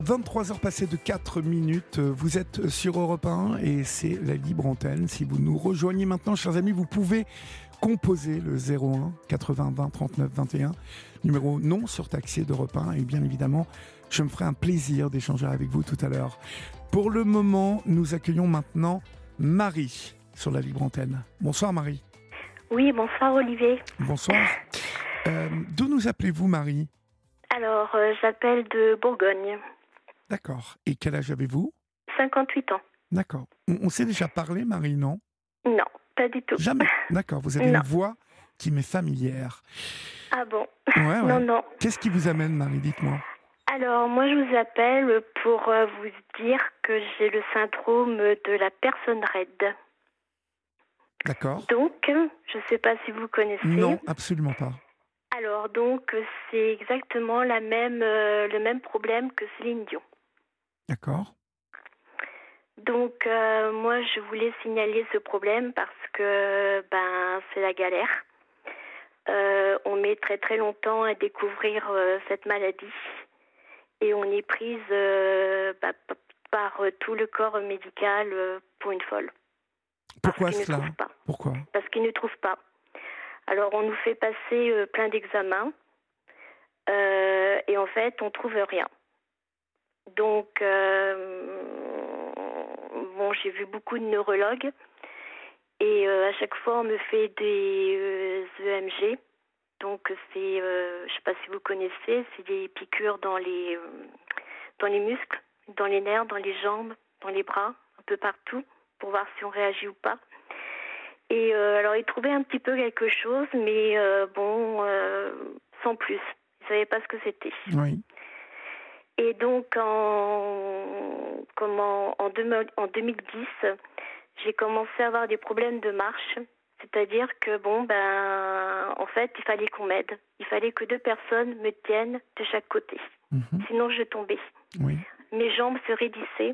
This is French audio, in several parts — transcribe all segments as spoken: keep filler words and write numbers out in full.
vingt-trois heures passées de quatre minutes, vous êtes sur Europe un et c'est la libre antenne. Si vous nous rejoignez maintenant, chers amis, vous pouvez composer le zéro un quatre-vingts vingt trente-neuf vingt et un, numéro non surtaxé d'Europe un, et bien évidemment, je me ferai un plaisir d'échanger avec vous tout à l'heure. Pour le moment, nous accueillons maintenant Marie sur la libre antenne. Bonsoir Marie. Oui, bonsoir Olivier. Bonsoir. Euh, d'où nous appelez-vous Marie ? Alors, euh, j'appelle de Bourgogne. D'accord. Et quel âge avez-vous ? cinquante-huit ans. D'accord. On, on s'est déjà parlé, Marie, non ? Non, pas du tout. Jamais. D'accord. Vous avez Non. une voix qui m'est familière. Ah bon ? Ouais, ouais. Non, non. Qu'est-ce qui vous amène, Marie ? Dites-moi. Alors, moi, je vous appelle pour euh, vous dire que j'ai le syndrome de la personne raide. D'accord. Donc, je ne sais pas si vous connaissez. Non, absolument pas. Alors, donc, c'est exactement la même, euh, le même problème que Céline Dion. D'accord. Donc, euh, moi, je voulais signaler ce problème parce que ben, c'est la galère. Euh, on met très très longtemps à découvrir euh, cette maladie et on est prise euh, bah, p- par euh, tout le corps médical euh, pour une folle. Pourquoi Parce qu'ils cela ? ne trouvent pas. Pourquoi ? Parce qu'ils ne trouvent pas. Alors, on nous fait passer euh, plein d'examens euh, et en fait, on trouve rien. Donc, euh, bon, j'ai vu beaucoup de neurologues et euh, à chaque fois, on me fait des euh, E M G. Donc, c'est, euh, je ne sais pas si vous connaissez, c'est des piqûres dans les, euh, dans les muscles, dans les nerfs, dans les jambes, dans les bras, un peu partout, pour voir si on réagit ou pas. Et euh, alors, ils trouvaient un petit peu quelque chose, mais euh, bon, euh, sans plus. Ils ne savaient pas ce que c'était. Oui. Et donc, en, comment, en, deux, en deux mille dix, j'ai commencé à avoir des problèmes de marche. C'est-à-dire que, bon, ben, en fait, il fallait qu'on m'aide. Il fallait que deux personnes me tiennent de chaque côté. Mhm. Sinon, je tombais. Oui. Mes jambes se raidissaient.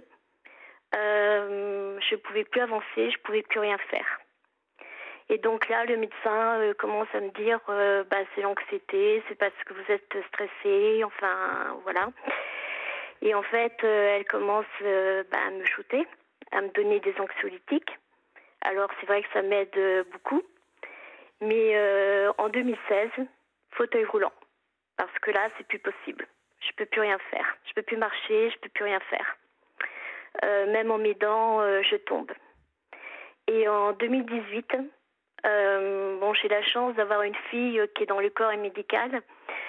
Euh, je ne pouvais plus avancer, je ne pouvais plus rien faire. Et donc là, le médecin euh, commence à me dire euh, bah, c'est l'anxiété, c'est parce que vous êtes stressé, enfin, voilà. Et en fait, euh, elle commence euh, bah, à me shooter, à me donner des anxiolytiques. Alors, c'est vrai que ça m'aide euh, beaucoup. Mais euh, en deux mille seize, fauteuil roulant. Parce que là, c'est plus possible. Je peux plus rien faire. Je peux plus marcher, je peux plus rien faire. Euh, même en m'aidant, euh, je tombe. Et en deux mille dix-huit, euh, bon, j'ai la chance d'avoir une fille qui est dans le corps médical.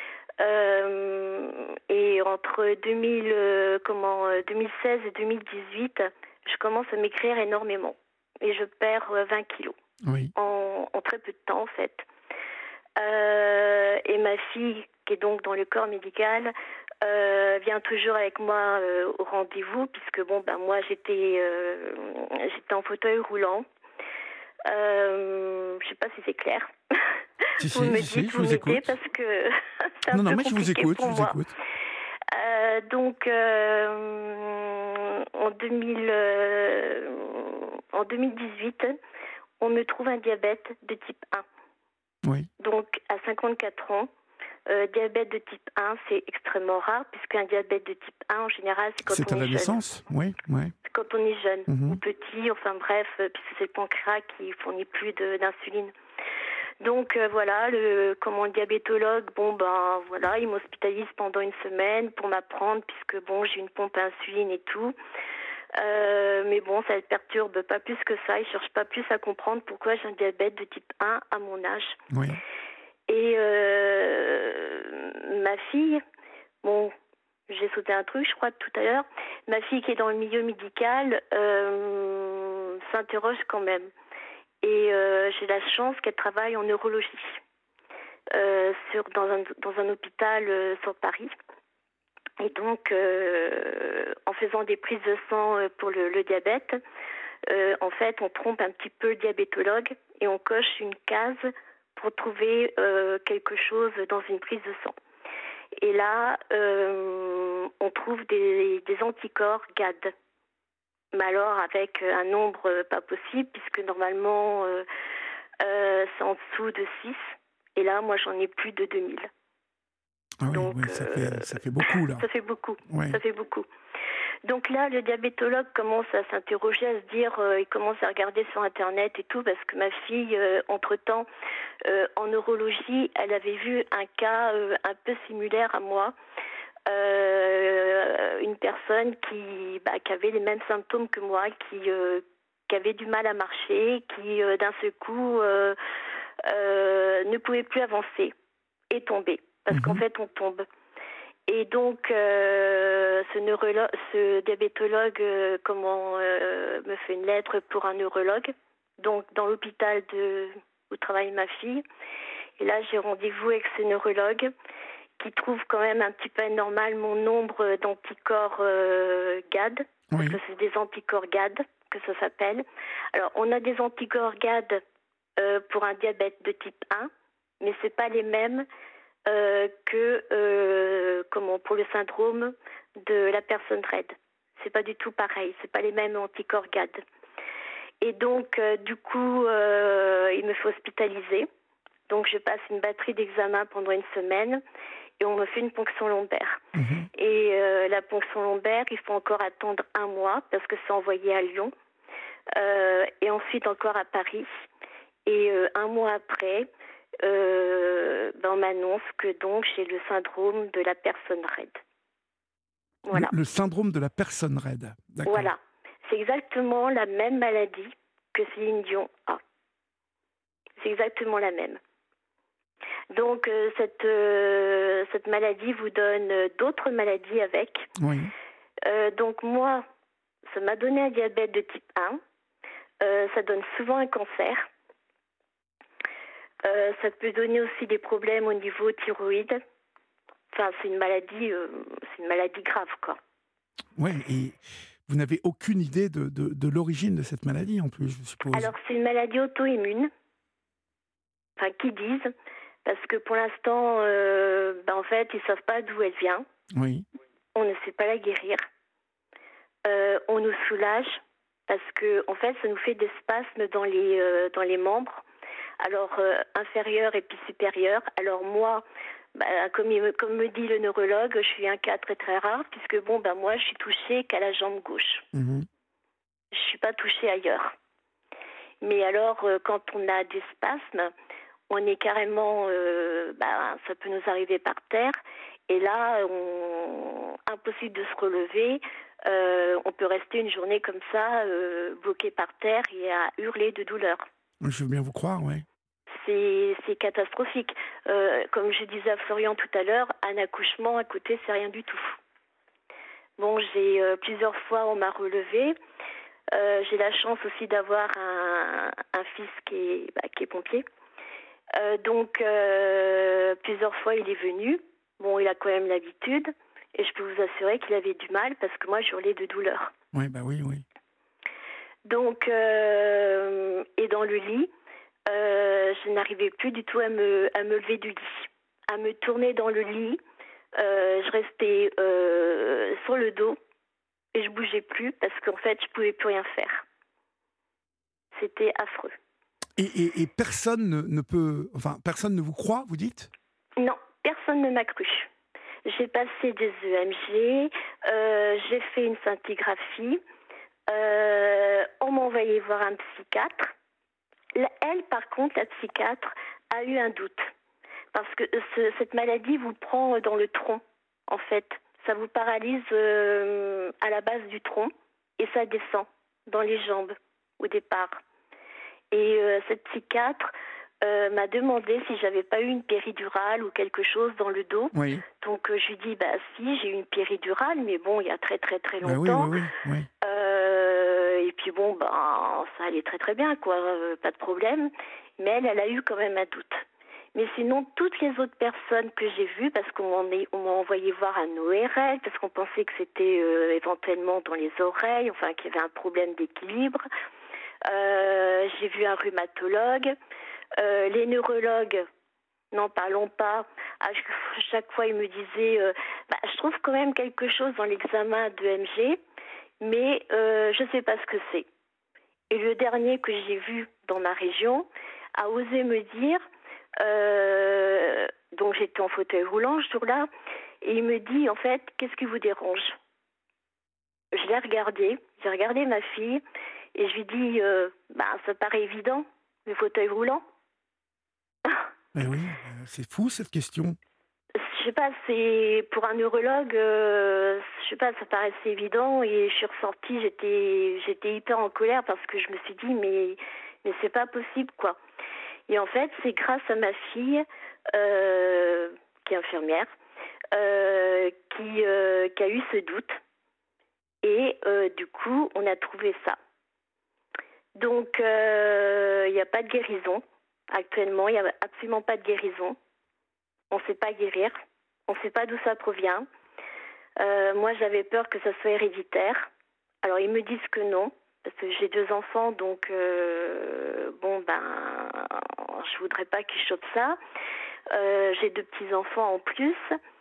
Euh, et entre deux mille, euh, comment, deux mille seize et deux mille dix-huit, je commence à m'écrire énormément. Et je perds vingt kilos. Oui. En, en très peu de temps, en fait. Euh, et ma fille, qui est donc dans le corps médical, euh, vient toujours avec moi euh, au rendez-vous, puisque bon, ben moi j'étais, euh, j'étais en fauteuil roulant. Euh, je sais pas si c'est clair. Si, Vous si, me si, si, dites, je vous vous m'aidez écoute. parce que c'est un Non, non, peu mais je vous compliqué écoute, pour je vous moi. écoute. Euh, donc euh, en deux mille, euh, en deux mille dix-huit, on me trouve un diabète de type un. Oui. Donc à cinquante-quatre ans, euh, diabète de type un, c'est extrêmement rare, puisqu'un diabète de type un, en général, c'est quand C'est on à la est jeune. naissance ? Oui, oui. C'est quand on est jeune Mhm. ou petit, enfin bref, euh, puisque c'est le pancréas qui fournit plus de, d'insuline. Donc euh, voilà, le comment le diabétologue, bon ben voilà, il m'hospitalise pendant une semaine pour m'apprendre, puisque bon j'ai une pompe à insuline et tout. Euh, mais bon, ça ne perturbe pas plus que ça. Il ne cherche pas plus à comprendre pourquoi j'ai un diabète de type un à mon âge. Oui. Et euh, ma fille, bon, j'ai sauté un truc, je crois, tout à l'heure. Ma fille qui est dans le milieu médical euh, s'interroge quand même. Et euh, j'ai la chance qu'elle travaille en neurologie euh, sur, dans, un, dans un hôpital euh, sur Paris. Et donc, euh, en faisant des prises de sang euh, pour le, le diabète, euh, en fait, on trompe un petit peu le diabétologue et on coche une case pour trouver euh, quelque chose dans une prise de sang. Et là, euh, on trouve des, des anticorps G A D. Mais alors avec un nombre pas possible, puisque normalement, euh, euh, c'est en dessous de six. Et là, moi, j'en ai plus de deux mille. Ah oui, Donc, oui ça, euh, fait, ça fait beaucoup, là. Ça fait beaucoup, Ouais. ça fait beaucoup. Donc là, le diabétologue commence à s'interroger, à se dire, euh, il commence à regarder sur Internet et tout, parce que ma fille, euh, entre-temps, euh, en neurologie, elle avait vu un cas euh, un peu similaire à moi. Euh, une personne qui, bah, qui avait les mêmes symptômes que moi, qui, euh, qui avait du mal à marcher, qui, euh, d'un seul coup, euh, euh, ne pouvait plus avancer et tomber. Parce mmh. qu'en fait, on tombe. Et donc, euh, ce, neurolo- ce diabétologue euh, comment, euh, me fait une lettre pour un neurologue, donc dans l'hôpital de, où travaille ma fille. Et là, j'ai rendez-vous avec ce neurologue qui trouve quand même un petit peu anormal mon nombre d'anticorps euh, G A D, parce oui. que c'est des anticorps G A D que ça s'appelle. Alors, on a des anticorps G A D euh, pour un diabète de type un, mais c'est pas les mêmes Euh, que euh, comment pour le syndrome de la personne raide. C'est pas du tout pareil, c'est pas les mêmes anticorps G A D. Et donc euh, du coup euh, il me faut hospitaliser. Donc je passe une batterie d'examens pendant une semaine et on me fait une ponction lombaire. Mmh. Et euh, la ponction lombaire, il faut encore attendre un mois parce que c'est envoyé à Lyon euh, et ensuite encore à Paris. Et euh, un mois après, Euh, ben on m'annonce que donc j'ai le syndrome de la personne raide. Voilà. Le, le syndrome de la personne raide. D'accord. Voilà. C'est exactement la même maladie que Céline Dion a. C'est exactement la même. Donc euh, cette, euh, cette maladie vous donne d'autres maladies avec. Oui. Euh, donc moi, ça m'a donné un diabète de type un. Euh, ça donne souvent un cancer. Euh, ça peut donner aussi des problèmes au niveau thyroïde. Enfin, c'est une maladie, euh, c'est une maladie grave, quoi. Ouais, et vous n'avez aucune idée de, de, de l'origine de cette maladie, en plus, je suppose. Alors, c'est une maladie auto-immune. Enfin, qui disent, parce que pour l'instant, euh, ben, en fait, ils savent pas d'où elle vient. Oui. On ne sait pas la guérir. Euh, on nous soulage parce que, en fait, ça nous fait des spasmes dans les euh, dans les membres. Alors euh, inférieur et puis supérieur. Alors moi, bah, comme, il, comme me dit le neurologue, je suis un cas très très rare puisque bon ben moi je suis touchée qu'à la jambe gauche. Mmh. Je suis pas touchée ailleurs. Mais alors euh, quand on a des spasmes, on est carrément, euh, bah, ça peut nous arriver par terre et là on, impossible de se relever. Euh, on peut rester une journée comme ça, euh, bloqué par terre et à hurler de douleur. Je veux bien vous croire, oui. C'est, c'est catastrophique. Euh, comme je disais à Florian tout à l'heure, un accouchement à côté, c'est rien du tout. Bon, j'ai euh, plusieurs fois, on m'a relevé. Euh, j'ai la chance aussi d'avoir un, un fils qui est, bah, qui est pompier. Euh, donc, euh, plusieurs fois, il est venu. Bon, il a quand même l'habitude. Et je peux vous assurer qu'il avait du mal parce que moi, j'hurlais de douleur. Oui, bah oui, oui. Donc, euh, et dans le lit, Euh, je n'arrivais plus du tout à me, à me lever du lit, à me tourner dans le lit. Euh, je restais euh, sur le dos et je bougeais plus parce qu'en fait, je pouvais plus rien faire. C'était affreux. Et, et, et personne ne, ne peut, enfin, personne ne vous croit, vous dites ? Non, personne ne m'a cru. J'ai passé des E M G, euh, j'ai fait une scintigraphie, euh, on m'a envoyé voir un psychiatre. Elle, par contre, la psychiatre, a eu un doute. Parce que ce, cette maladie vous prend dans le tronc, en fait. Ça vous paralyse euh, à la base du tronc et ça descend dans les jambes au départ. Et euh, cette psychiatre euh, m'a demandé si j'avais pas eu une péridurale ou quelque chose dans le dos. Oui. Donc euh, je lui dis, bah si, j'ai eu une péridurale, mais bon, il y a très très très longtemps. Bah oui, oui, oui, oui. Euh, et puis bon, ben, ça allait très très bien, quoi, euh, pas de problème. Mais elle, elle a eu quand même un doute. Mais sinon, toutes les autres personnes que j'ai vues, parce qu'on m'en est, on m'a envoyé voir un O R L, parce qu'on pensait que c'était euh, éventuellement dans les oreilles, enfin qu'il y avait un problème d'équilibre. Euh, j'ai vu un rhumatologue. Euh, les neurologues, n'en parlons pas. À chaque fois, ils me disaient euh, bah, je trouve quand même quelque chose dans l'examen de M G, mais euh, je ne sais pas ce que c'est. Et le dernier que j'ai vu dans ma région a osé me dire euh, donc j'étais en fauteuil roulant ce jour-là, et il me dit, en fait, qu'est-ce qui vous dérange? Je l'ai regardé, j'ai regardé ma fille, et je lui dis, euh, bah, ça paraît évident, le fauteuil roulant. Mais oui, euh, c'est fou cette question. Je sais pas, c'est pour un neurologue, euh, je sais pas, ça paraissait évident, et je suis ressortie, j'étais, j'étais hyper en colère parce que je me suis dit, mais, mais c'est pas possible, quoi. Et en fait, c'est grâce à ma fille, euh, qui est infirmière, euh, qui, euh, qui a eu ce doute. Et euh, du coup, on a trouvé ça. Donc, il euh, n'y a pas de guérison. Actuellement, il n'y a absolument pas de guérison. On ne sait pas guérir. On ne sait pas d'où ça provient. Euh, moi, j'avais peur que ça soit héréditaire. Alors, ils me disent que non. Parce que j'ai deux enfants, donc euh, bon ben, je voudrais pas qu'ils chopent ça. Euh, j'ai deux petits enfants en plus.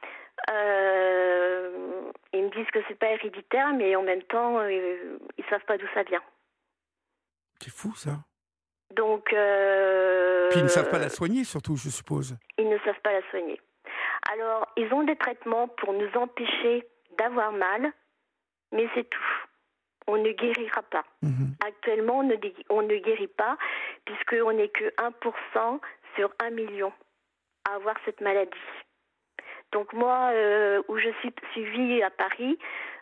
Euh, ils me disent que c'est pas héréditaire, mais en même temps, euh, ils savent pas d'où ça vient. C'est fou ça. Donc. Euh, Puis ils ne savent pas la soigner, surtout, je suppose. Ils ne savent pas la soigner. Alors, ils ont des traitements pour nous empêcher d'avoir mal, mais c'est tout. On ne guérira pas. Mmh. Actuellement, on ne, on ne guérit pas, puisqu'on n'est que un pour cent sur un million à avoir cette maladie. Donc moi, euh, où je suis suivie à Paris,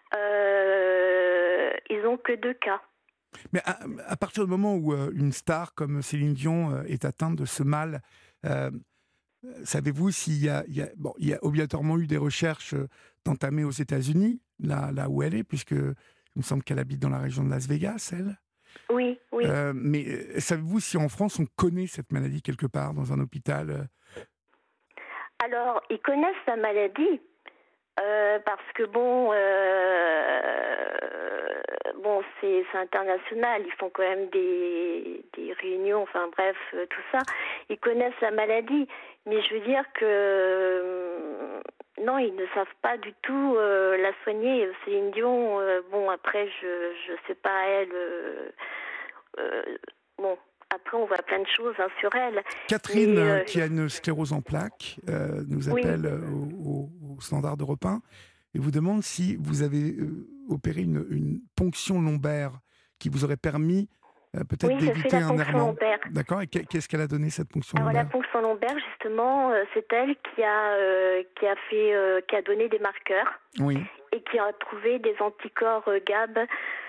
euh, ils n'ont que deux cas. Mais à, à partir du moment où euh, une star comme Céline Dion euh, est atteinte de ce mal, euh, savez-vous s'il y a, il y a, bon, il y a obligatoirement eu des recherches euh, entamées aux États-Unis, là, là où elle est, puisque il me semble qu'elle habite dans la région de Las Vegas, elle. Oui, oui. Euh, mais euh, savez-vous si en France on connaît cette maladie quelque part dans un hôpital euh... Alors, ils connaissent sa maladie euh, parce que bon, euh, bon, c'est, c'est international. Ils font quand même des, des réunions, enfin bref, euh, tout ça. Ils connaissent la maladie, mais je veux dire que euh, non, ils ne savent pas du tout euh, la soigner. Céline Dion, euh, bon, après, je je sais pas elle. Euh, euh, bon. Après, on voit plein de choses hein, sur elle. Catherine, mais, euh, qui a une sclérose en plaques, euh, nous appelle oui. au, au, au standard d'Europe un et vous demande si vous avez euh, opéré une, une ponction lombaire qui vous aurait permis euh, peut-être oui, d'éviter un errement. Lombaire. D'accord. Et qu'est-ce qu'elle a donné, cette ponction Alors, lombaire? La ponction lombaire, justement, euh, c'est elle qui a, euh, qui a fait, euh, qui a donné des marqueurs oui. et qui a trouvé des anticorps euh, G A B.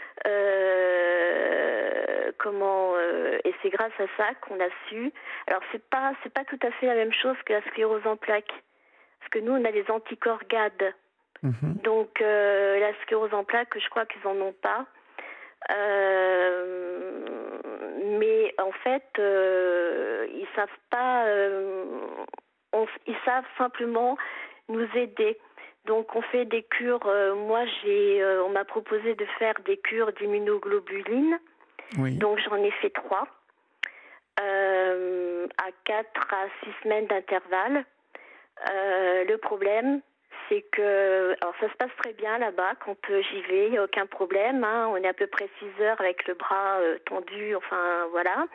Euh, comment euh, et c'est grâce à ça qu'on a su. Alors c'est pas c'est pas tout à fait la même chose que la sclérose en plaques, parce que nous on a les anticorps G A D. Mm-hmm. Donc euh, la sclérose en plaques, je crois qu'ils en ont pas. Euh, mais en fait, euh, ils savent pas. Euh, on, ils savent simplement nous aider. Donc on fait des cures. Euh, moi, j'ai, euh, on m'a proposé de faire des cures d'immunoglobuline. Oui. Donc j'en ai fait trois, euh, à quatre à six semaines d'intervalle. Euh, le problème, c'est que, alors ça se passe très bien là-bas quand euh, j'y vais, il n'y a aucun problème. Hein, on est à peu près six heures avec le bras euh, tendu. Enfin voilà.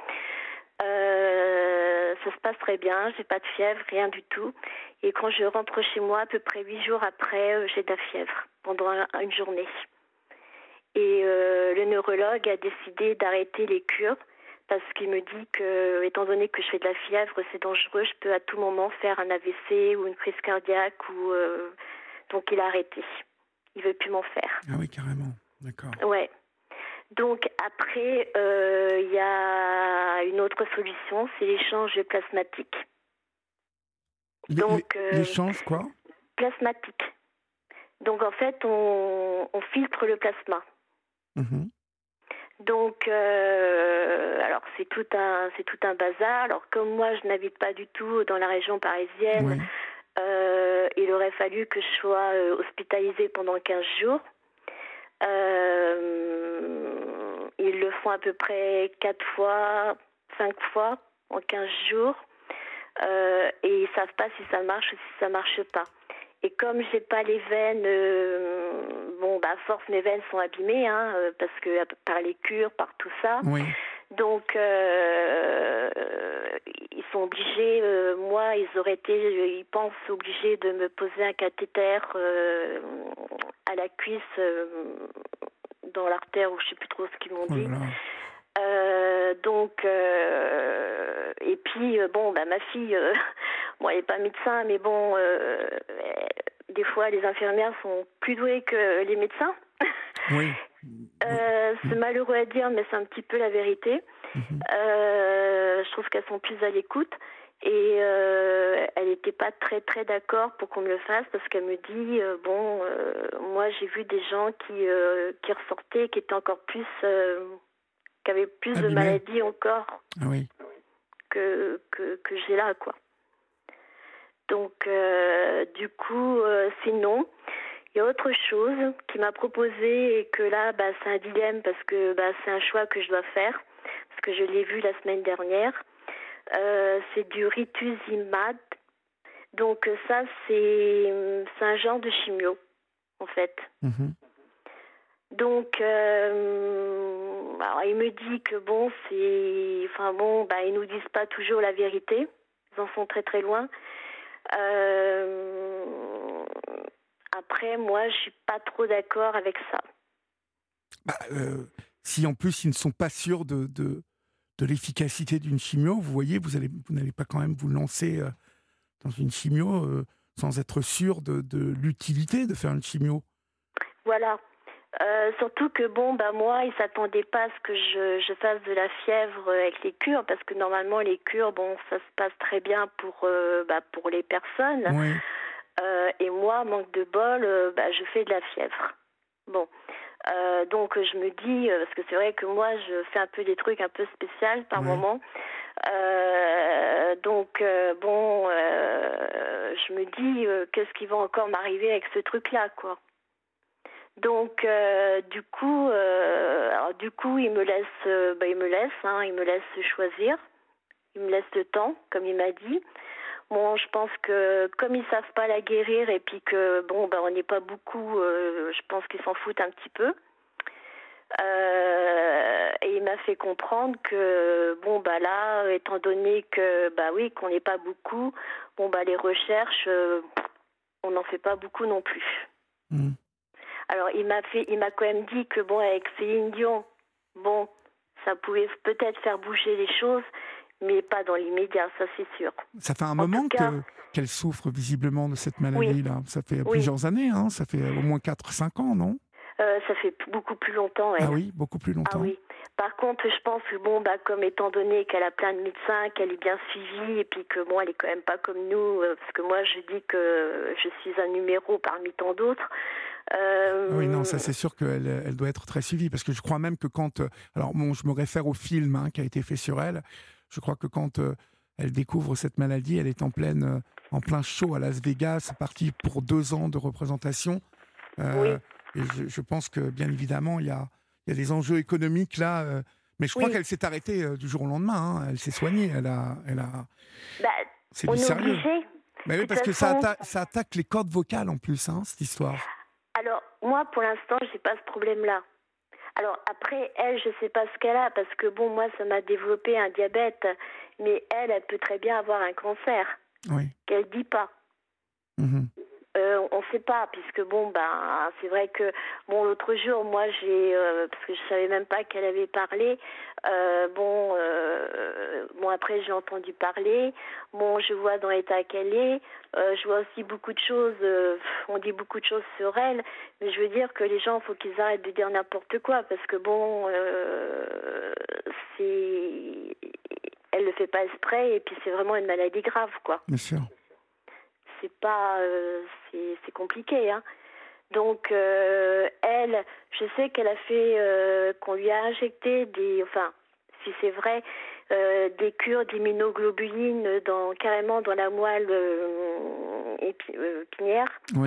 Euh, ça se passe très bien, j'ai pas de fièvre, rien du tout. Et quand je rentre chez moi, à peu près huit jours après, euh, j'ai de la fièvre pendant un, une journée. Et euh, le neurologue a décidé d'arrêter les cures parce qu'il me dit que, étant donné que je fais de la fièvre, c'est dangereux, je peux à tout moment faire un A V C ou une crise cardiaque. Ou, euh, donc il a arrêté. Il veut plus m'en faire. Ah oui, carrément. D'accord. Ouais. Donc après, il euh, y a une autre solution, c'est l'échange plasmatique. Donc, euh, l'échange quoi? Plasmatique. Donc en fait, on, on filtre le plasma. Mmh. Donc, euh, alors c'est tout un, c'est tout un bazar. Alors comme moi, je n'habite pas du tout dans la région parisienne, oui. euh, il aurait fallu que je sois euh, hospitalisée pendant quinze jours. Euh, ils le font à peu près quatre fois, cinq fois en quinze jours. Euh, et ils savent pas si ça marche ou si ça marche pas. Et comme j'ai pas les veines, euh, bon, bah, à force, mes veines sont abîmées, hein, parce que par les cures, par tout ça. Oui. Donc, euh, ils sont obligés, euh, moi, ils auraient été, ils pensent obligés de me poser un cathéter euh, à la cuisse, euh, dans l'artère, ou je sais plus trop ce qu'ils m'ont Oh dit. là là. Euh, donc, euh, et puis, euh, bon, bah, ma fille, euh, bon, elle n'est pas médecin, mais bon, euh, des fois, les infirmières sont plus douées que les médecins. Oui. Euh, c'est malheureux à dire, mais c'est un petit peu la vérité. Mhm. Euh, je trouve qu'elles sont plus à l'écoute. Et euh, elle n'était pas très très d'accord pour qu'on me le fasse, parce qu'elle me dit euh, bon, euh, moi j'ai vu des gens qui euh, qui ressortaient, qui étaient encore plus, euh, qui avaient plus de Abîmé. maladies encore Ah oui. que que, que j'ai là, quoi. Donc euh, du coup, euh, c'est non. Il y a autre chose qui m'a proposé, et que là, bah, c'est un dilemme, parce que bah, c'est un choix que je dois faire, parce que je l'ai vu la semaine dernière. Euh, c'est du rituximab. Donc ça, c'est, c'est un genre de chimio, en fait. Mhm. Donc, euh, alors il me dit que bon, c'est, enfin bon, bah ils nous disent pas toujours la vérité. Ils en sont très très loin. Euh, après, moi, je suis pas trop d'accord avec ça. Bah, euh, si en plus ils ne sont pas sûrs de, de, de l'efficacité d'une chimio, vous voyez, vous allez, vous n'allez pas quand même vous lancer euh, dans une chimio euh, sans être sûr de, de l'utilité de faire une chimio. Voilà. Euh, surtout que bon, bah moi, ils s'attendaient pas à ce que je, je fasse de la fièvre avec les cures, parce que normalement les cures, bon, ça se passe très bien pour, euh, bah, pour les personnes. Oui. Euh, et moi, manque de bol, euh, bah, je fais de la fièvre. Bon. Euh, donc je me dis, euh, parce que c'est vrai que moi je fais un peu des trucs un peu spéciaux par Ouais. moment, euh, donc euh, bon, euh, je me dis euh, qu'est-ce qui va encore m'arriver avec ce truc-là, quoi. Donc euh, du coup, euh, alors du coup il me laisse, euh, bah, il me laisse, hein, il me laisse choisir, il me laisse le temps, comme il m'a dit. Bon, je pense que comme ils savent pas la guérir, et puis que bon, ben on n'est pas beaucoup, euh, je pense qu'ils s'en foutent un petit peu. Euh, et il m'a fait comprendre que bon, bah là, étant donné que bah oui, qu'on n'est pas beaucoup, bon bah les recherches, euh, on n'en fait pas beaucoup non plus. Mmh. Alors il m'a fait, il m'a quand même dit que bon, avec Céline Dion, bon, ça pouvait peut-être faire bouger les choses, mais pas dans l'immédiat, ça c'est sûr. Ça fait un En moment tout cas, que, qu'elle souffre visiblement de cette oui, maladie-là. Ça fait oui, plusieurs années, hein. Ça fait au moins quatre cinq ans, non? euh, ça fait p- beaucoup plus longtemps, Ah elle. oui, beaucoup plus Ah longtemps. oui. Par contre, je pense que bon, bah comme étant donné qu'elle a plein de médecins, qu'elle est bien suivie, et puis que bon, elle est quand même pas comme nous, euh, parce que moi je dis que je suis un numéro parmi tant d'autres. Euh, Ah oui, non, ça c'est sûr qu'elle elle doit être très suivie, parce que je crois même que quand... euh, alors bon, je me réfère au film hein, qui a été fait sur elle. Je crois que quand euh, elle découvre cette maladie, elle est en, pleine, euh, en plein show à Las Vegas, c'est parti pour deux ans de représentation. oui, Euh, et je, je pense que, bien évidemment, il y a, il y a des enjeux économiques là. euh, mais je crois oui. qu'elle s'est arrêtée euh, du jour au lendemain. Hein. Elle s'est soignée. Elle a, elle a... Bah, C'est on du est sérieux. obligé. Mais oui, De parce toute que ça, façon, atta- ça attaque les cordes vocales en plus, hein, cette histoire. alors moi pour l'instant, j'ai pas ce problème-là. Alors après, elle, je sais pas ce qu'elle a, parce que bon, moi, ça m'a développé un diabète, mais elle, elle peut très bien avoir un cancer Oui. qu'elle dit pas. Mhm. Euh, on ne sait pas, puisque bon, ben, c'est vrai que bon, l'autre jour, moi, j'ai, euh, parce que je savais même pas qu'elle avait parlé. Euh, bon, euh, bon, après, j'ai entendu parler. Bon, je vois dans l'état qu'elle est. Euh, je vois aussi beaucoup de choses. Euh, on dit beaucoup de choses sur elle, mais je veux dire que les gens, faut qu'ils arrêtent de dire n'importe quoi, parce que bon, euh, c'est, elle le fait pas exprès, et puis c'est vraiment une maladie grave, quoi. Bien sûr. C'est pas, euh, c'est, c'est compliqué, hein. Donc euh, elle, je sais qu'elle a fait, euh, qu'on lui a injecté des, enfin, si c'est vrai, euh, des cures d'immunoglobuline dans carrément dans la moelle euh, épi, euh, pinière. Oui.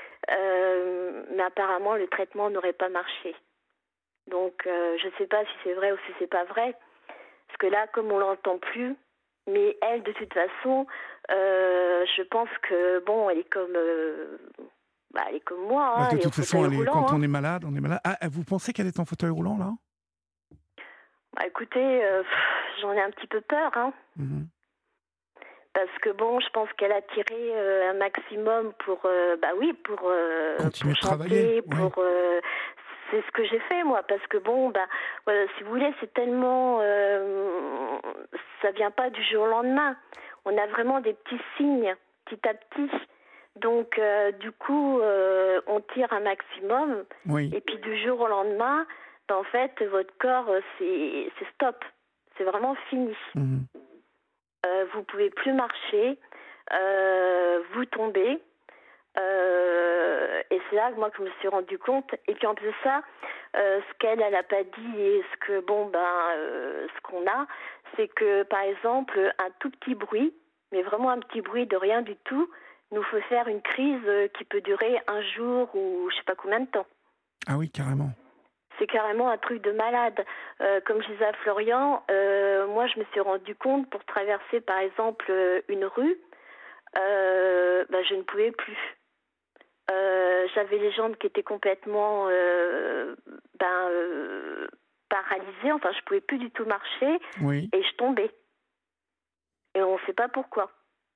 Euh, mais apparemment le traitement n'aurait pas marché. Donc euh, je sais pas si c'est vrai ou si c'est pas vrai, parce que là, comme on l'entend plus. Mais elle, de toute façon, euh, je pense que bon, elle est comme, euh, bah, elle est comme moi, hein, Bah, de elle est au toute façon, fauteuil elle est, roulant. quand Hein. on est malade, on est malade. Ah, vous pensez qu'elle est en fauteuil roulant là? Bah, écoutez, euh, pff, j'en ai un petit peu peur, hein. Mmh. Parce que bon, je pense qu'elle a tiré euh, un maximum pour, euh, bah oui, pour, euh, Continuer pour de travailler, chanter, ouais. pour. euh, c'est ce que j'ai fait moi, parce que bon, bah, voilà, si vous voulez, c'est tellement, euh, ça vient pas du jour au lendemain. On a vraiment des petits signes, petit à petit. Donc, euh, du coup, euh, on tire un maximum, Oui. et puis du jour au lendemain, bah, en fait, votre corps, euh, c'est, c'est stop, c'est vraiment fini. Mmh. Euh, vous pouvez plus marcher, euh, vous tombez. Euh, et c'est là que moi que je me suis rendu compte. Et puis en plus de ça, euh, ce qu'elle elle a pas dit et ce que bon ben euh, ce qu'on a, c'est que par exemple un tout petit bruit, mais vraiment un petit bruit de rien du tout, nous fait faire une crise euh, qui peut durer un jour ou je sais pas combien de temps. Ah oui, carrément. C'est carrément un truc de malade. Euh, comme je disais à Florian, euh, moi je me suis rendu compte pour traverser par exemple euh, une rue, euh, ben, je ne pouvais plus. Euh, j'avais les jambes qui étaient complètement euh, ben, euh, paralysées, enfin je pouvais plus du tout marcher Oui. et je tombais. Et on ne sait pas pourquoi.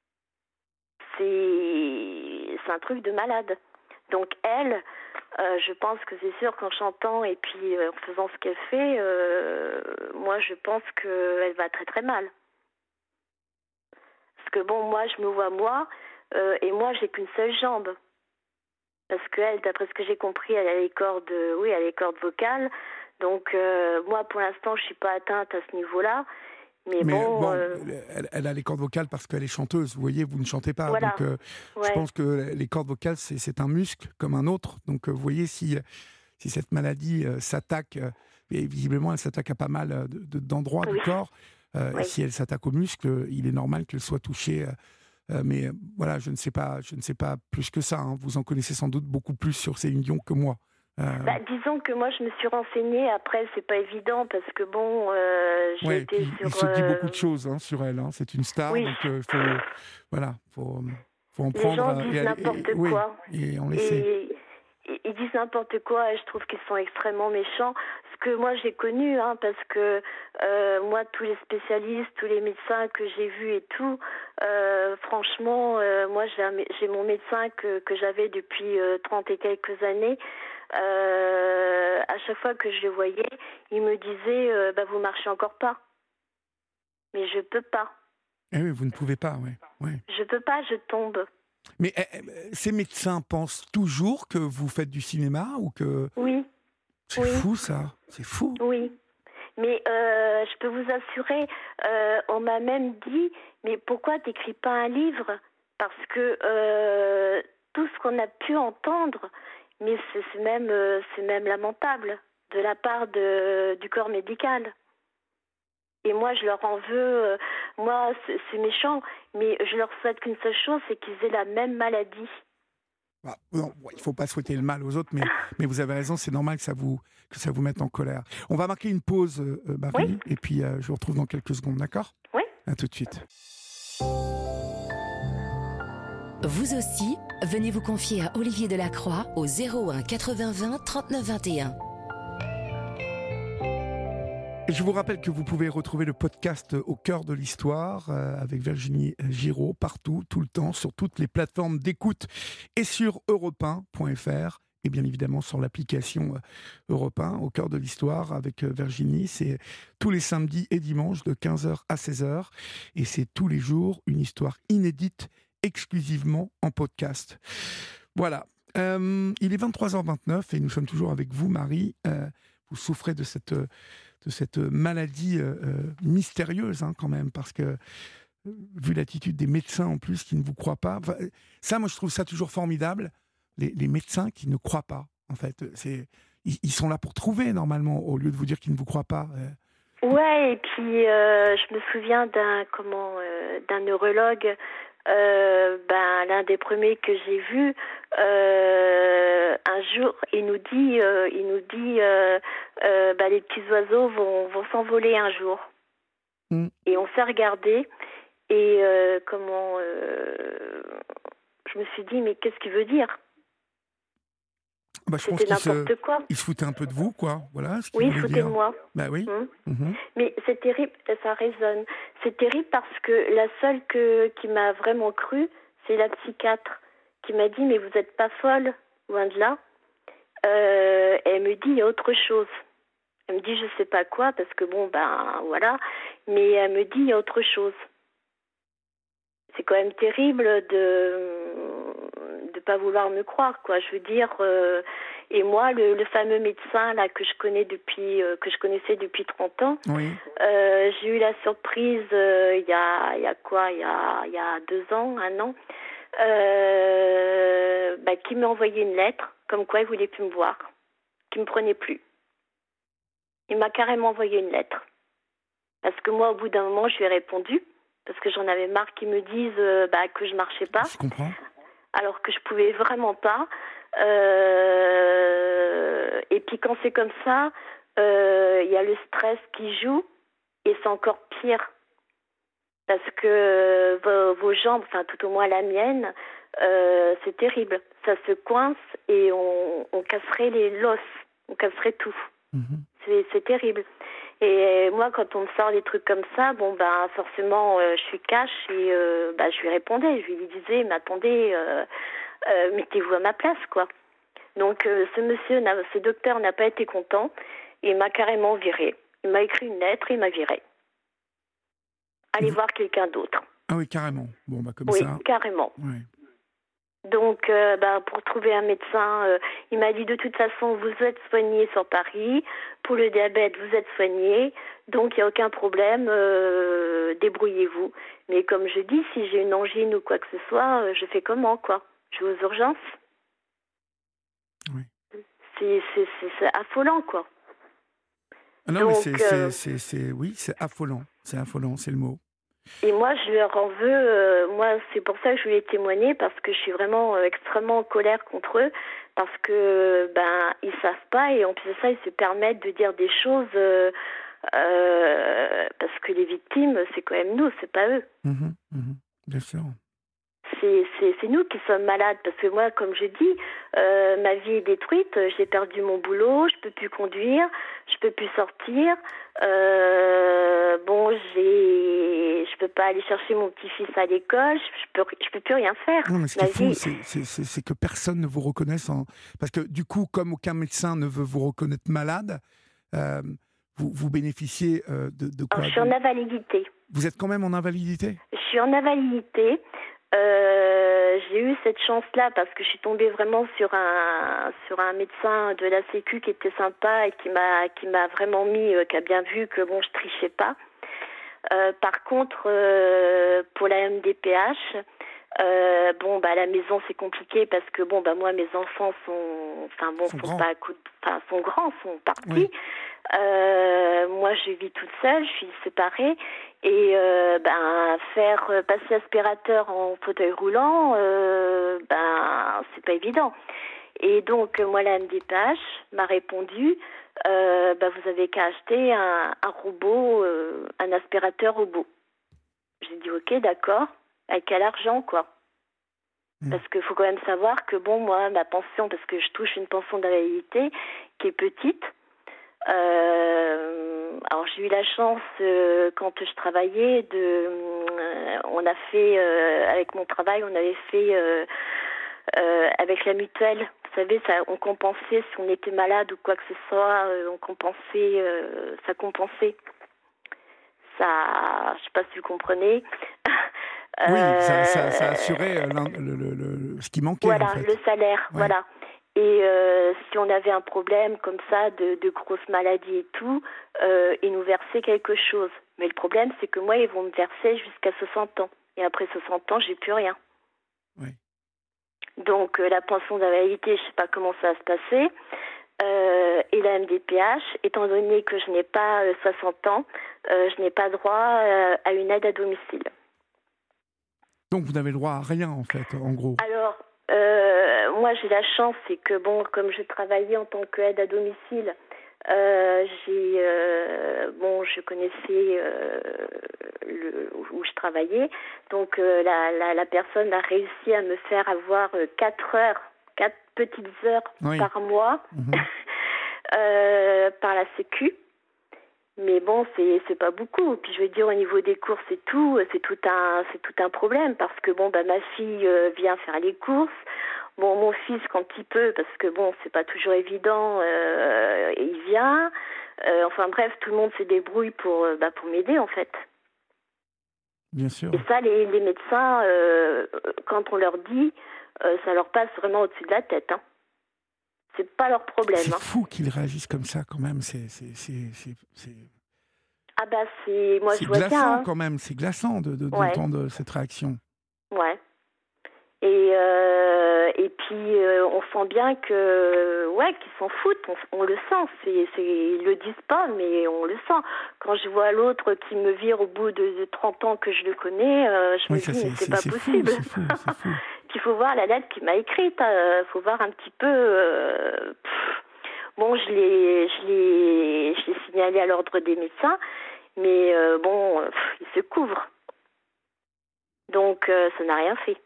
C'est, c'est un truc de malade. Donc elle, euh, je pense que c'est sûr qu'en chantant et puis euh, en faisant ce qu'elle fait, euh, moi je pense qu'elle va très très mal. Parce que bon, moi je me vois moi, euh, et moi j'ai qu'une seule jambe. Parce qu'elle, d'après ce que j'ai compris, elle a les cordes, oui, elle a les cordes vocales. Donc euh, moi pour l'instant je suis pas atteinte à ce niveau-là. Mais, Mais bon, bon, euh, elle, elle a les cordes vocales parce qu'elle est chanteuse. Vous voyez, vous ne chantez pas. voilà. Donc, euh, Ouais. je pense que les cordes vocales, c'est, c'est un muscle comme un autre. Donc, euh, vous voyez, si, si cette maladie euh, s'attaque, euh, et visiblement, elle s'attaque à pas mal euh, de, de, d'endroits Oui. du corps. Euh, Oui. Si elle s'attaque aux muscles, il est normal qu'elle soit touchée. Euh, euh, mais euh, voilà, je ne sais pas, je ne sais pas plus que ça. Hein. Vous en connaissez sans doute beaucoup plus sur Céline Dion que moi. Euh... Bah, disons que moi je me suis renseignée. Après c'est pas évident parce que bon, euh, j'ai Ouais, été puis sur. il se dit beaucoup euh, de choses hein, sur elle. Hein. C'est une star, Oui. donc il euh, faut, voilà, faut, faut en Les prendre. gens euh, disent et, n'importe et, oui, quoi. et on essaie. Et et- ils disent n'importe quoi et je trouve qu'ils sont extrêmement méchants. Ce que moi j'ai connu, hein, parce que euh, moi tous les spécialistes, tous les médecins que j'ai vus et tout, euh, franchement, euh, moi j'ai, un, j'ai mon médecin que, que j'avais depuis euh, trente et quelques années. Euh, à chaque fois que je le voyais, il me disait euh, bah, vous marchez encore pas. Mais je peux pas. Eh oui, vous ne pouvez pas, ouais, ouais. Je peux pas, je tombe. Mais eh, eh, ces médecins pensent toujours que vous faites du cinéma ou que Oui. c'est Oui. fou ça, c'est fou. Oui. Mais euh, je peux vous assurer, euh, on m'a même dit, mais pourquoi t'écris pas un livre? Parce que euh, tout ce qu'on a pu entendre, mais c'est, c'est même, euh, c'est même lamentable de la part de, du corps médical. Et moi, je leur en veux. Euh, moi, c'est, c'est méchant, mais je leur souhaite qu'une seule chose, c'est qu'ils aient la même maladie. Bah, non, il ne faut pas souhaiter le mal aux autres, mais, mais vous avez raison, c'est normal que ça vous, que ça vous mette en colère. On va marquer une pause, euh, Marie, Oui. et puis euh, je vous retrouve dans quelques secondes, d'accord? Oui. À tout de suite. Vous aussi, venez vous confier à Olivier Delacroix au zéro un quatre-vingts vingt trente-neuf vingt et un. Et je vous rappelle que vous pouvez retrouver le podcast Au cœur de l'histoire euh, avec Virginie Giraud partout, tout le temps, sur toutes les plateformes d'écoute et sur europe un point f r et bien évidemment sur l'application euh, Europe un, Au cœur de l'histoire avec euh, Virginie. C'est tous les samedis et dimanches de quinze heures à seize heures et c'est tous les jours une histoire inédite exclusivement en podcast. Voilà. Euh, il est vingt-trois heures vingt-neuf et nous sommes toujours avec vous, Marie. Euh, vous souffrez de cette... Euh, de cette maladie euh, mystérieuse hein, quand même, parce que, euh, vu l'attitude des médecins en plus qui ne vous croient pas, enfin, ça moi je trouve ça toujours formidable, les, les médecins qui ne croient pas, en fait, c'est, ils, ils sont là pour trouver normalement, au lieu de vous dire qu'ils ne vous croient pas. Euh. Ouais, et puis euh, je me souviens d'un, comment, euh, d'un neurologue, euh, ben, l'un des premiers que j'ai vu, euh, un jour, il nous dit, euh, il nous dit, euh, euh, ben, les petits oiseaux vont, vont s'envoler un jour. Mm. Et on s'est regardé et euh, comment, euh, je me suis dit, mais qu'est-ce qu'il veut dire? Bah, je pense C'était qu'il n'importe se, quoi. il se foutait un peu de vous, quoi. Voilà ce qu'il Oui, il voulait foutait dire. de moi. Bah oui. Hum. Mhm. Mais c'est terrible, ça résonne. C'est terrible parce que la seule que, qui m'a vraiment cru, c'est la psychiatre qui m'a dit « mais vous n'êtes pas folle, loin de là ». Euh, elle me dit « il y a autre chose ». Elle me dit « je sais pas quoi » parce que bon, ben voilà, mais elle me dit « il y a autre chose ». C'est quand même terrible de de pas vouloir me croire, quoi. Je veux dire, euh, et moi, le, le fameux médecin là que je connais depuis, euh, que je connaissais depuis trente ans, Oui. euh, j'ai eu la surprise euh, il y a, il y a quoi, il y a, il y a deux ans, un an, euh, bah, qui m'a envoyé une lettre, comme quoi il voulait plus me voir, qui me prenait plus. Il m'a carrément envoyé une lettre, parce que moi, au bout d'un moment, je lui ai répondu. Parce que j'en avais marre qu'ils me disent euh, bah, que je marchais pas. Je comprends. Alors que je pouvais vraiment pas. Euh, et puis quand c'est comme ça, il euh, y a le stress qui joue et c'est encore pire. Parce que vos, vos jambes, enfin tout au moins la mienne, euh, c'est terrible. Ça se coince et on, on casserait les l'os, on casserait tout. Mm-hmm. C'est, c'est terrible. Et moi, quand on me sort des trucs comme ça, bon ben forcément, euh, je suis cash et euh, bah, je lui répondais, je lui disais, mais attendez, euh, euh, mettez-vous à ma place, quoi. Donc euh, ce monsieur, n'a, ce docteur n'a pas été content, et il m'a carrément viré. Il m'a écrit une lettre, et il m'a viré. Allez Vous... voir quelqu'un d'autre. Ah oui, carrément. Bon bah comme oui, ça. Oui, carrément. Ouais. Donc, euh, bah, pour trouver un médecin, euh, il m'a dit de toute façon, vous êtes soigné sur Paris. Pour le diabète, vous êtes soigné. Donc, il n'y a aucun problème. Euh, débrouillez-vous. Mais comme je dis, si j'ai une angine ou quoi que ce soit, euh, je fais comment, quoi? Je vais aux urgences. Oui. C'est, c'est, c'est, c'est affolant, quoi. Ah non, Donc, mais c'est, euh... c'est, c'est, c'est, oui, c'est affolant. C'est affolant, c'est le mot. Et moi, je leur en veux. Euh, moi, c'est pour ça que je voulais témoigner, parce que je suis vraiment euh, extrêmement en colère contre eux, parce que ben ils savent pas, et en plus de ça, ils se permettent de dire des choses euh, euh, parce que les victimes, c'est quand même nous, c'est pas eux. Mmh, mmh, bien sûr. C'est, c'est, c'est nous qui sommes malades, parce que moi, comme je dis, euh, ma vie est détruite, j'ai perdu mon boulot, je peux plus conduire, je peux plus sortir, euh, bon, j'ai, je peux pas aller chercher mon petit-fils à l'école, je peux, je peux plus rien faire. Non, mais ce qui est fou, c'est, c'est, c'est, c'est que personne ne vous reconnaisse, en... parce que du coup, comme aucun médecin ne veut vous reconnaître malade, euh, vous, vous bénéficiez euh, de, de quoi? Alors, je suis en invalidité. Vous êtes quand même en invalidité? Je suis en invalidité. Euh, j'ai eu cette chance-là parce que je suis tombée vraiment sur un sur un médecin de la Sécu qui était sympa et qui m'a qui m'a vraiment mis, euh, qui a bien vu que bon, je trichais pas. Euh, par contre, euh, pour la M D P H, euh, bon bah à la maison c'est compliqué parce que bon bah moi mes enfants sont, enfin bon, sont, sont grands. pas, enfin sont grands, sont partis. Oui. Euh, moi je vis toute seule, je suis séparée. Et euh, ben faire passer l'aspirateur en fauteuil roulant, euh, ben c'est pas évident. Et donc moi la M D P H m'a répondu, euh, ben vous avez qu'à acheter un, un robot, euh, un aspirateur robot. J'ai dit ok, d'accord, avec quel argent quoi? Mmh. Parce qu'il faut quand même savoir que bon moi ma pension, parce que je touche une pension d'invalidité qui est petite. Euh, alors j'ai eu la chance euh, quand je travaillais de, euh, on a fait euh, avec mon travail, on avait fait euh, euh, avec la mutuelle. Vous savez, ça, on compensait si on était malade ou quoi que ce soit, euh, on compensait, euh, ça compensait. Ça, je sais pas si vous comprenez. Oui, euh, ça, ça, ça assurait le, le, le, ce qui manquait. Voilà, en fait. le salaire, ouais. Voilà. Et euh, si on avait un problème comme ça, de, de grosses maladies et tout, euh, ils nous versaient quelque chose. Mais le problème, c'est que moi, ils vont me verser jusqu'à soixante ans. Et après soixante ans, j'ai plus rien. Oui. Donc, euh, la pension d'invalidité, je ne sais pas comment ça va se passer. Euh, et la M D P H, étant donné que je n'ai pas euh, soixante ans, euh, je n'ai pas droit euh, à une aide à domicile. Donc, vous n'avez le droit à rien, en fait, en gros. Alors... Euh, moi, j'ai la chance, c'est que bon, comme je travaillais en tant qu'aide à domicile, euh, j'ai euh, bon, je connaissais euh, le, où je travaillais, donc euh, la, la, la personne a réussi à me faire avoir quatre heures, quatre petites heures oui. par mois Mmh. euh, par la Sécu. Mais bon, c'est c'est pas beaucoup. Puis je veux dire, au niveau des courses et tout, c'est tout un c'est tout un problème parce que bon, bah ma fille euh, vient faire les courses. Bon, mon fils quand il peut, parce que bon, c'est pas toujours évident, euh, il vient. Euh, enfin bref, tout le monde se débrouille pour euh, bah, pour m'aider en fait. Bien sûr. Et ça, les, les médecins, euh, quand on leur dit, euh, ça leur passe vraiment au-dessus de la tête. Hein. C'est pas leur problème. C'est hein. fou qu'ils réagissent comme ça quand même. C'est c'est c'est c'est, c'est... Ah bah c'est moi c'est je vois glaçant bien. Hein. quand même. C'est glaçant de, de Ouais. d'entendre cette réaction. Ouais. Et euh, et puis euh, on sent bien que ouais qu'ils s'en foutent, on, on le sent. C'est c'est ils le disent pas, mais on le sent. Quand je vois l'autre qui me vire au bout de, de trente ans que je le connais, euh, je Oui, me ça, dis c'est, mais c'est, c'est, pas c'est possible. Fou, c'est fou, c'est fou. Qu'il faut voir la lettre qu'il m'a écrite. Euh, faut voir un petit peu. Euh, pff, bon, je l'ai je l'ai je l'ai signalé à l'ordre des médecins, mais euh, bon, pff, il se couvre. Donc euh, ça n'a rien fait.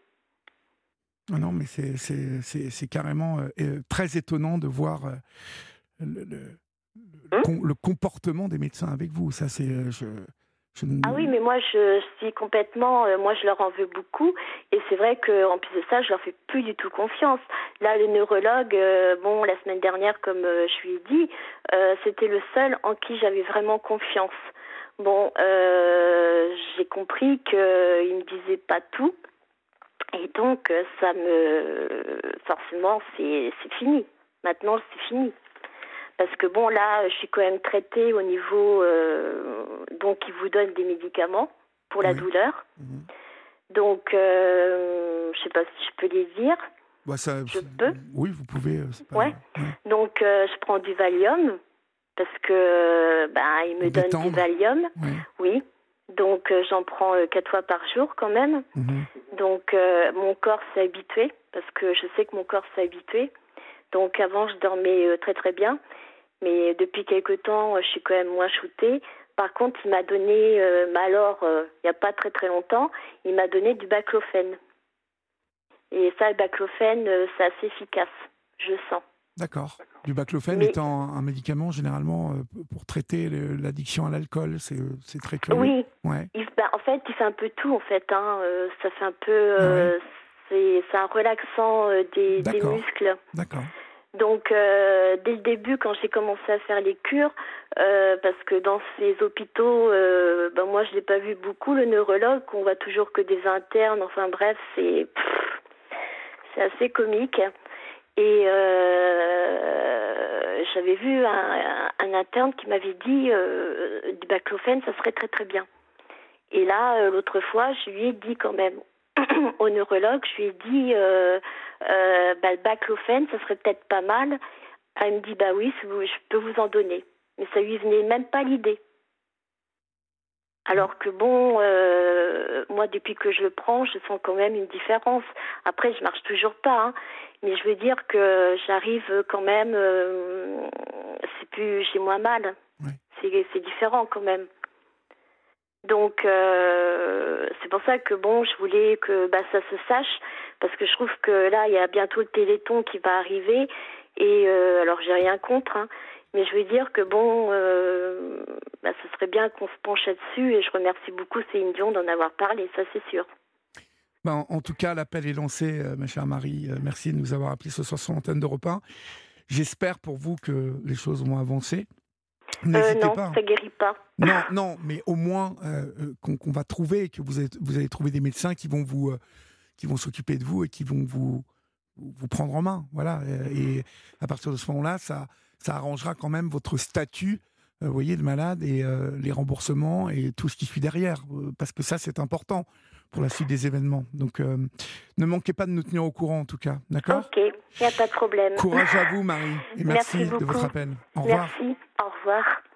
Ah non, mais c'est, c'est, c'est, c'est carrément euh, très étonnant de voir euh, le, le, le, Hum le comportement des médecins avec vous. Ça, c'est, euh, je, je... Ah oui, mais moi, je, je suis complètement... Euh, moi, je leur en veux beaucoup. Et c'est vrai qu'en plus de ça, je leur fais plus du tout confiance. Là, le neurologue, euh, bon, la semaine dernière, comme euh, je lui ai dit, euh, c'était le seul en qui j'avais vraiment confiance. Bon, euh, j'ai compris qu'il ne me disait pas tout. Et donc, ça me... Forcément, c'est, c'est fini. Maintenant, c'est fini. Parce que bon, là, je suis quand même traitée au niveau... Euh, donc, ils vous donnent des médicaments pour la oui. douleur. Mmh. Donc, euh, je sais pas si je peux les dire. Bah ça, je peux. Oui, vous pouvez. C'est pas, ouais. ouais. Donc, euh, je prends du Valium parce que ben, ils me pour donnent détendre. du Valium. Oui. Oui. Donc, euh, j'en prends euh, quatre fois par jour quand même. Mmh. Donc, euh, mon corps s'est habitué parce que je sais que mon corps s'est habitué. Donc, avant, je dormais euh, très très bien. Mais depuis quelque temps, je suis quand même moins shootée. Par contre, il m'a donné, euh, alors, euh, il n'y a pas très très longtemps, il m'a donné du baclofène. Et ça, le baclofène, euh, c'est assez efficace, je sens. D'accord. Du baclofène Mais... étant un médicament généralement euh, pour traiter le, l'addiction à l'alcool, c'est, c'est très curieux. Oui. Ouais. Il, bah, en fait, il fait un peu tout, en fait. Hein. Euh, ça fait un peu... Euh, ouais. c'est, c'est un relaxant euh, des, des muscles. D'accord. Donc, euh, dès le début, quand j'ai commencé à faire les cures, euh, parce que dans ces hôpitaux, euh, ben moi, je l'ai pas vu beaucoup, le neurologue, on voit toujours que des internes, enfin bref, c'est, pff, c'est assez comique. Et euh, j'avais vu un, un interne qui m'avait dit euh, du baclofène, ça serait très très bien. Et là, euh, l'autre fois, je lui ai dit quand même au neurologue, je lui ai dit euh, euh, bah, le baclofène, ça serait peut-être pas mal. Elle me dit bah oui, je peux vous en donner. Mais ça lui venait même pas l'idée. Alors que bon, euh, moi depuis que je le prends, je sens quand même une différence. Après, je marche toujours pas, hein, mais je veux dire que j'arrive quand même. Euh, c'est plus, j'ai moins mal. Ouais. C'est, c'est différent quand même. Donc, euh, c'est pour ça que bon, je voulais que bah, ça se sache, parce que je trouve que là, il y a bientôt le Téléthon qui va arriver, et euh, alors j'ai rien contre, hein, mais je veux dire que bon, euh, bah, ce serait bien qu'on se penche là-dessus, et je remercie beaucoup Céline Dion d'en avoir parlé, ça c'est sûr. Ben, en tout cas, l'appel est lancé, euh, ma chère Marie. Euh, merci de nous avoir appelé ce soir sur l'antenne d'Europe un. J'espère pour vous que les choses vont avancer. N'hésitez euh, non, pas. ça guérit pas. Non, non, mais au moins euh, qu'on, qu'on va trouver, que vous, êtes, vous allez trouver des médecins qui vont vous, euh, qui vont s'occuper de vous et qui vont vous, vous prendre en main, voilà. Et, et à partir de ce moment-là, ça, ça arrangera quand même votre statut, euh, vous voyez, de malade et euh, les remboursements et tout ce qui suit derrière, euh, parce que ça, c'est important pour la suite des événements. Donc, euh, ne manquez pas de nous tenir au courant, en tout cas, d'accord ? Ok, il n'y a pas de problème. Courage à vous, Marie, et merci, merci de votre appel. Au revoir. Merci, au revoir.